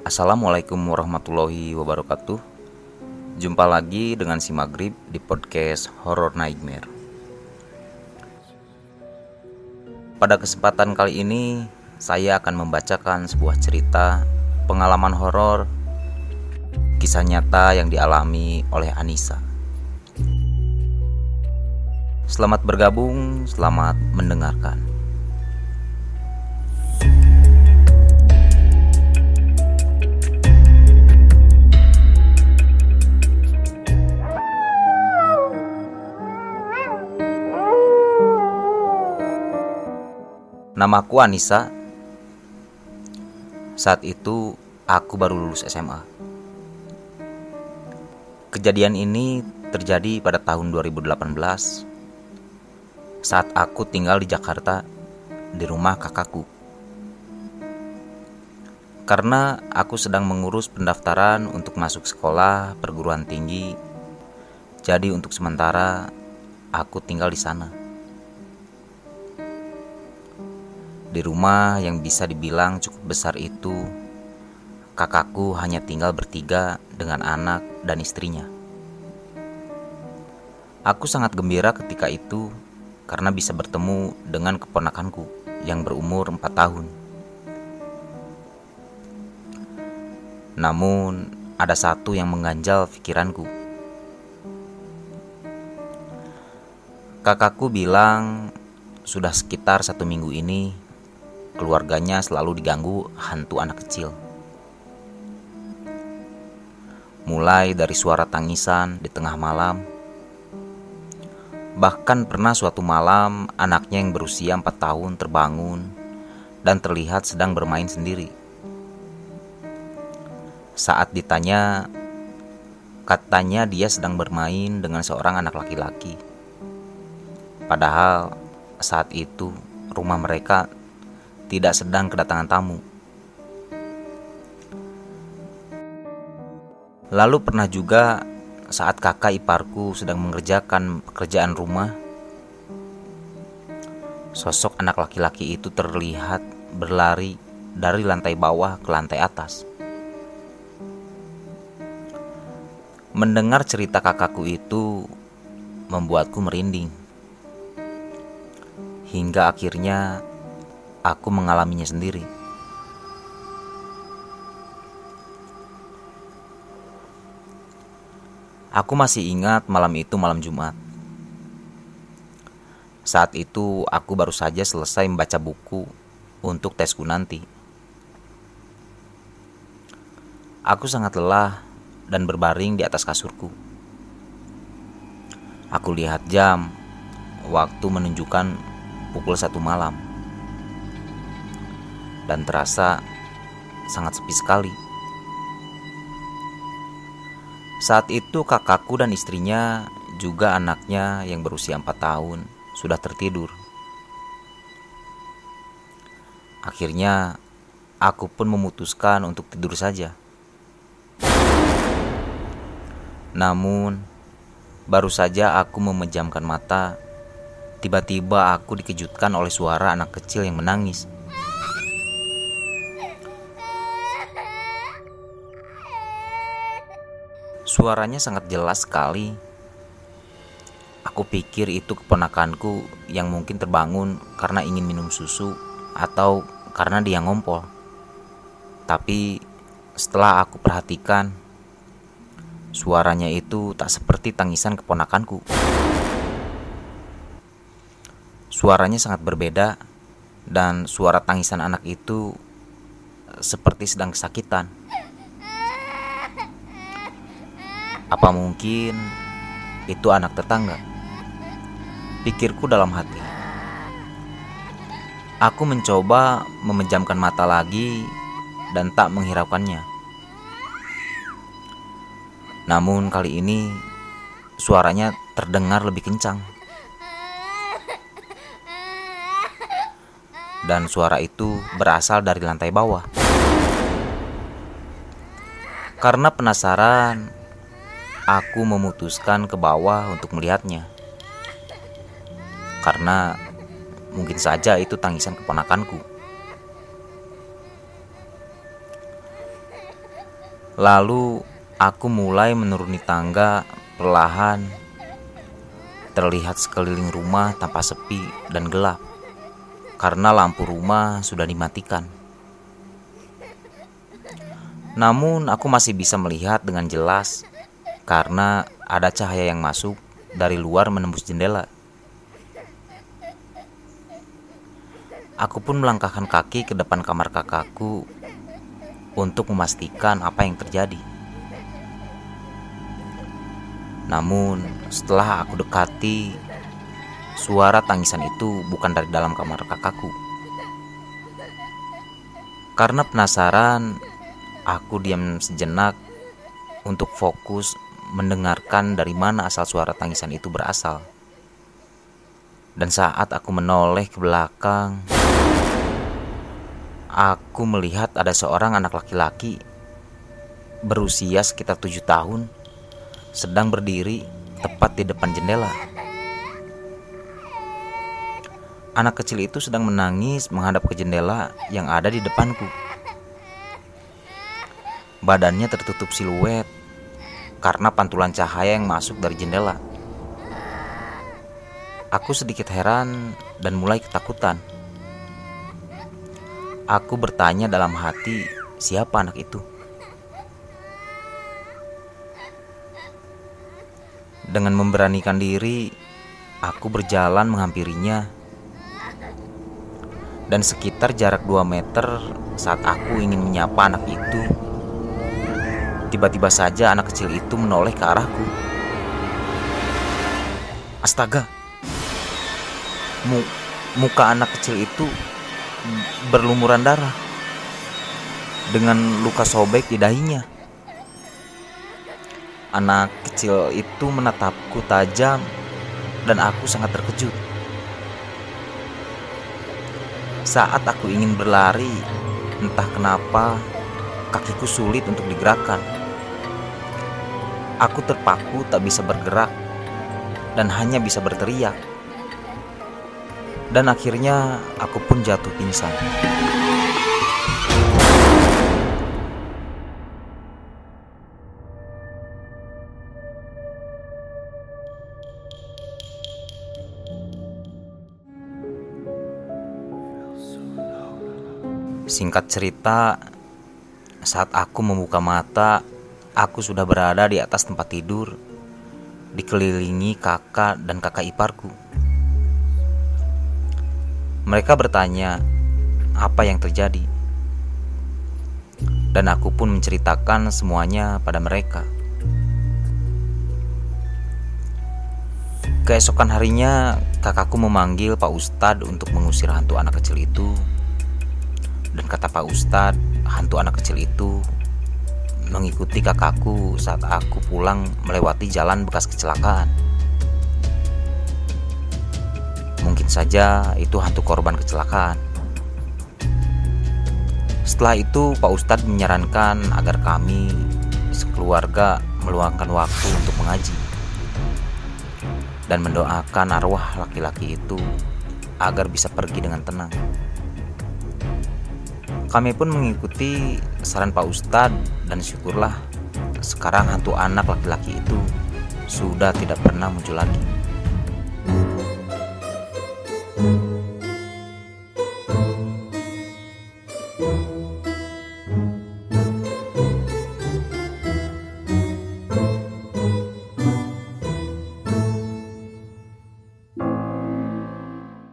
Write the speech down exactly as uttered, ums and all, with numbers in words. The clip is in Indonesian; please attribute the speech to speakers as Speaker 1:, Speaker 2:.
Speaker 1: Assalamualaikum warahmatullahi wabarakatuh. Jumpa lagi dengan si Maghrib di podcast Horror Nightmare. Pada kesempatan kali ini saya akan membacakan sebuah cerita pengalaman horor, kisah nyata yang dialami oleh Anissa. Selamat bergabung, selamat mendengarkan. Namaku Anissa. Saat itu aku baru lulus S M A. Kejadian ini terjadi pada tahun dua ribu delapan belas saat aku tinggal di Jakarta di rumah kakakku. Karena aku sedang mengurus pendaftaran untuk masuk sekolah perguruan tinggi, jadi untuk sementara aku tinggal di sana. Di rumah yang bisa dibilang cukup besar itu, kakakku hanya tinggal bertiga dengan anak dan istrinya. Aku sangat gembira ketika itu karena bisa bertemu dengan keponakanku yang berumur empat tahun. Namun, ada satu yang mengganjal pikiranku. Kakakku bilang sudah sekitar satu minggu ini keluarganya selalu diganggu hantu anak kecil. Mulai dari suara tangisan di tengah malam. Bahkan pernah suatu malam anaknya yang berusia empat tahun terbangun dan terlihat sedang bermain sendiri. Saat ditanya, katanya dia sedang bermain dengan seorang anak laki-laki. Padahal saat itu rumah mereka tidak sedang kedatangan tamu. Lalu pernah juga saat kakak iparku sedang mengerjakan pekerjaan rumah, sosok anak laki-laki itu terlihat berlari dari lantai bawah ke lantai atas. Mendengar cerita kakakku itu membuatku merinding. Hingga akhirnya aku mengalaminya sendiri. Aku masih ingat malam itu malam Jumat. Saat itu aku baru saja selesai membaca buku untuk tesku nanti. Aku sangat lelah dan berbaring di atas kasurku. Aku lihat jam, waktu menunjukkan pukul satu malam. Dan terasa sangat sepi sekali. Saat itu kakakku dan istrinya, juga anaknya yang berusia empat tahun, sudah tertidur. Akhirnya aku pun memutuskan untuk tidur saja. Namun baru saja aku memejamkan mata, tiba-tiba aku dikejutkan oleh suara anak kecil yang menangis. Suaranya sangat jelas sekali. Aku pikir itu keponakanku yang mungkin terbangun karena ingin minum susu atau karena dia ngompol. Tapi setelah aku perhatikan, suaranya itu tak seperti tangisan keponakanku. Suaranya sangat berbeda dan suara tangisan anak itu seperti sedang kesakitan. Apa mungkin itu anak tetangga? Pikirku dalam hati. Aku mencoba memejamkan mata lagi dan tak menghiraukannya. Namun kali ini suaranya terdengar lebih kencang. Dan suara itu berasal dari lantai bawah. Karena penasaran, aku memutuskan ke bawah untuk melihatnya. Karena mungkin saja itu tangisan keponakanku. Lalu aku mulai menuruni tangga perlahan. Terlihat sekeliling rumah tampak sepi dan gelap karena lampu rumah sudah dimatikan. Namun aku masih bisa melihat dengan jelas karena ada cahaya yang masuk dari luar menembus jendela. Aku pun melangkahkan kaki ke depan kamar kakakku untuk memastikan apa yang terjadi. Namun setelah aku dekati, suara tangisan itu bukan dari dalam kamar kakakku. Karena penasaran, aku diam sejenak untuk fokus mendengarkan dari mana asal suara tangisan itu berasal. Dan saat aku menoleh ke belakang, aku melihat ada seorang anak laki-laki berusia sekitar tujuh tahun sedang berdiri tepat di depan jendela. Anak kecil itu sedang menangis menghadap ke jendela yang ada di depanku. Badannya tertutup siluet karena pantulan cahaya yang masuk dari jendela. Aku sedikit heran dan mulai ketakutan. Aku bertanya dalam hati, siapa anak itu? Dengan memberanikan diri, aku berjalan menghampirinya. Dan sekitar jarak dua meter saat aku ingin menyapa anak itu, tiba-tiba saja anak kecil itu menoleh ke arahku. Astaga! Muka anak kecil itu berlumuran darah dengan luka sobek di dahinya. Anak kecil itu menatapku tajam dan aku sangat terkejut. Saat aku ingin berlari, entah kenapa kakiku sulit untuk digerakkan. Aku terpaku tak bisa bergerak dan hanya bisa berteriak. Dan akhirnya aku pun jatuh pingsan. Singkat cerita, saat aku membuka mata, aku sudah berada di atas tempat tidur, dikelilingi kakak dan kakak iparku. Mereka bertanya apa yang terjadi, dan aku pun menceritakan semuanya pada mereka. Keesokan harinya, kakakku memanggil Pak Ustadz untuk mengusir hantu anak kecil itu. Dan kata Pak Ustadz, hantu anak kecil itu mengikuti kakakku saat aku pulang melewati jalan bekas kecelakaan. Mungkin saja itu hantu korban kecelakaan. Setelah itu Pak Ustadz menyarankan agar kami sekeluarga meluangkan waktu untuk mengaji dan mendoakan arwah laki-laki itu agar bisa pergi dengan tenang. Kami pun mengikuti saran Pak Ustadz dan syukurlah sekarang hantu anak laki-laki itu sudah tidak pernah muncul lagi.